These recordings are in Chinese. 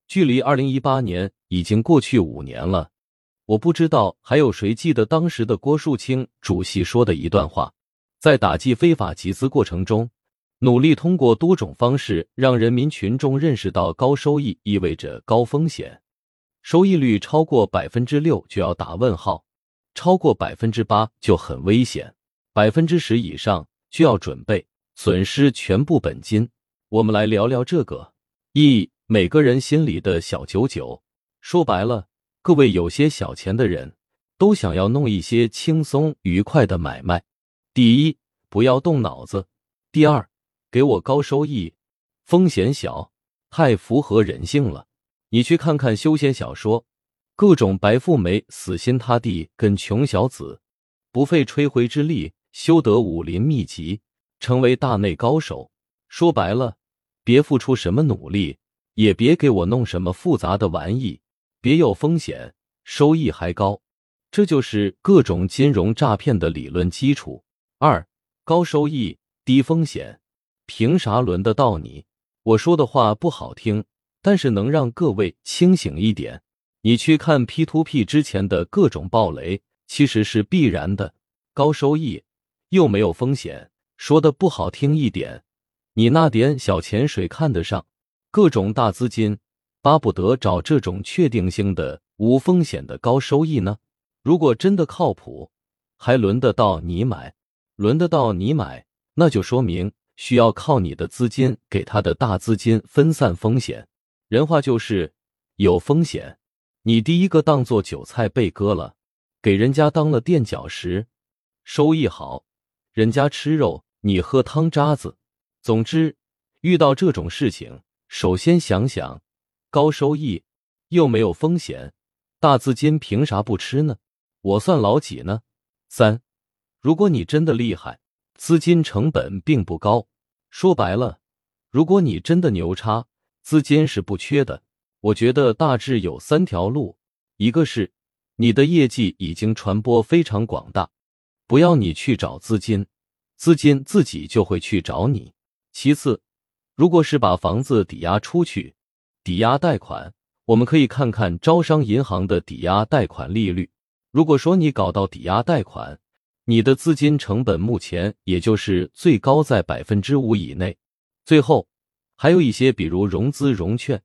距离2018年已经过去5年了，我不知道还有谁记得当时的郭树清主席说的一段话，在打击非法集资过程中，努力通过多种方式让人民群众认识到高收益意味着高风险，收益率超过 6% 就要打问号，超过 8% 就很危险， 10% 以上就要准备损失全部本金。我们来聊聊这个每个人心里的小99。说白了，各位有些小钱的人都想要弄一些轻松愉快的买卖。第一，不要动脑子；第二，给我高收益，风险小，太符合人性了。你去看看修仙小说，各种白富美死心塌地跟穷小子，不费吹灰之力修得武林秘籍，成为大内高手。说白了，别付出什么努力，也别给我弄什么复杂的玩意，别有风险，收益还高。这就是各种金融诈骗的理论基础。二，高收益，低风险，凭啥轮得到你？我说的话不好听，但是能让各位清醒一点。你去看 P2P 之前的各种暴雷，其实是必然的。高收益又没有风险，说的不好听一点，你那点小钱谁看得上？各种大资金巴不得找这种确定性的无风险的高收益呢。如果真的靠谱，还轮得到你买？轮得到你买，那就说明需要靠你的资金给他的大资金分散风险。人话就是有风险，你第一个当做韭菜被割了，给人家当了垫脚石。收益好，人家吃肉，你喝汤渣子。总之，遇到这种事情，首先想想，高收益又没有风险，大资金凭啥不吃呢？我算老几呢？三，如果你真的厉害，资金成本并不高。说白了，如果你真的牛叉，资金是不缺的。我觉得大致有3条路，一个是你的业绩已经传播非常广大，不要你去找资金，资金自己就会去找你。其次，如果是把房子抵押出去，抵押贷款，我们可以看看招商银行的抵押贷款利率。如果说你搞到抵押贷款，你的资金成本目前也就是最高在 5% 以内。最后还有一些比如融资融券，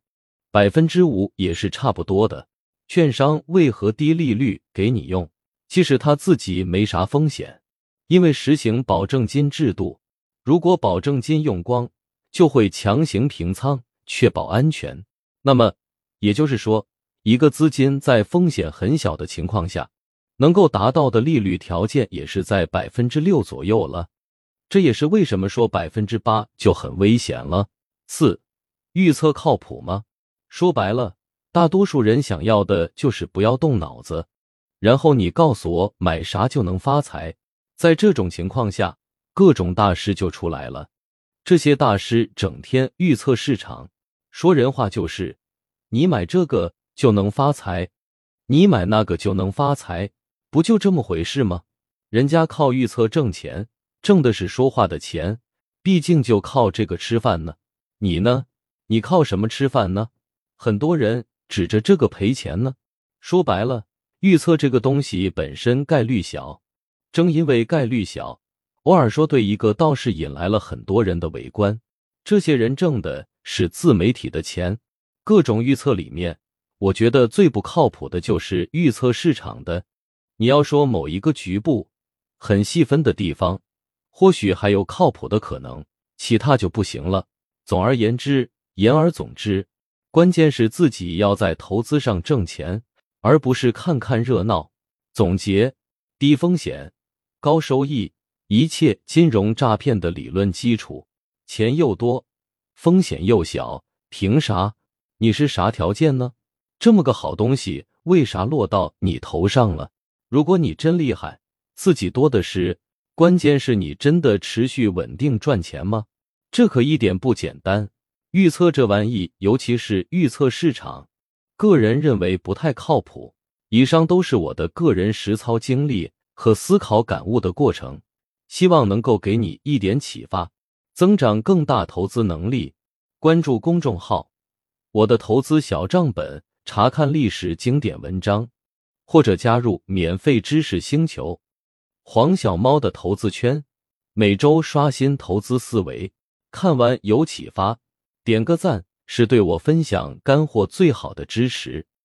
5% 也是差不多的。券商为何低利率给你用？其实他自己没啥风险，因为实行保证金制度，如果保证金用光，就会强行平仓，确保安全。那么也就是说，一个资金在风险很小的情况下，能够达到的利率条件也是在 6% 左右了。这也是为什么说 8% 就很危险了。四，预测靠谱吗？说白了，大多数人想要的就是不要动脑子，然后你告诉我买啥就能发财。在这种情况下，各种大师就出来了。这些大师整天预测市场，说人话就是你买这个就能发财，你买那个就能发财，不就这么回事吗？人家靠预测挣钱，挣的是说话的钱，毕竟就靠这个吃饭呢。你呢？你靠什么吃饭呢？很多人指着这个赔钱呢。说白了，预测这个东西本身概率小，正因为概率小，偶尔说对一个倒是引来了很多人的围观。这些人挣的是自媒体的钱。各种预测里面，我觉得最不靠谱的就是预测市场的。你要说某一个局部很细分的地方，或许还有靠谱的可能，其他就不行了。总而言之，言而总之，关键是自己要在投资上挣钱，而不是看看热闹。总结，低风险，高收益，一切金融诈骗的理论基础。钱又多，风险又小，凭啥？你是啥条件呢？这么个好东西，为啥落到你头上了？如果你真厉害，自己多的是，关键是你真的持续稳定赚钱吗？这可一点不简单。预测这玩意，尤其是预测市场，个人认为不太靠谱。以上都是我的个人实操经历和思考感悟的过程，希望能够给你一点启发，增长更大投资能力。关注公众号我的投资小账本，查看历史经典文章，或者加入免费知识星球黄小猫的投资圈，每周刷新投资思维。看完有启发，点个赞是对我分享干货最好的支持。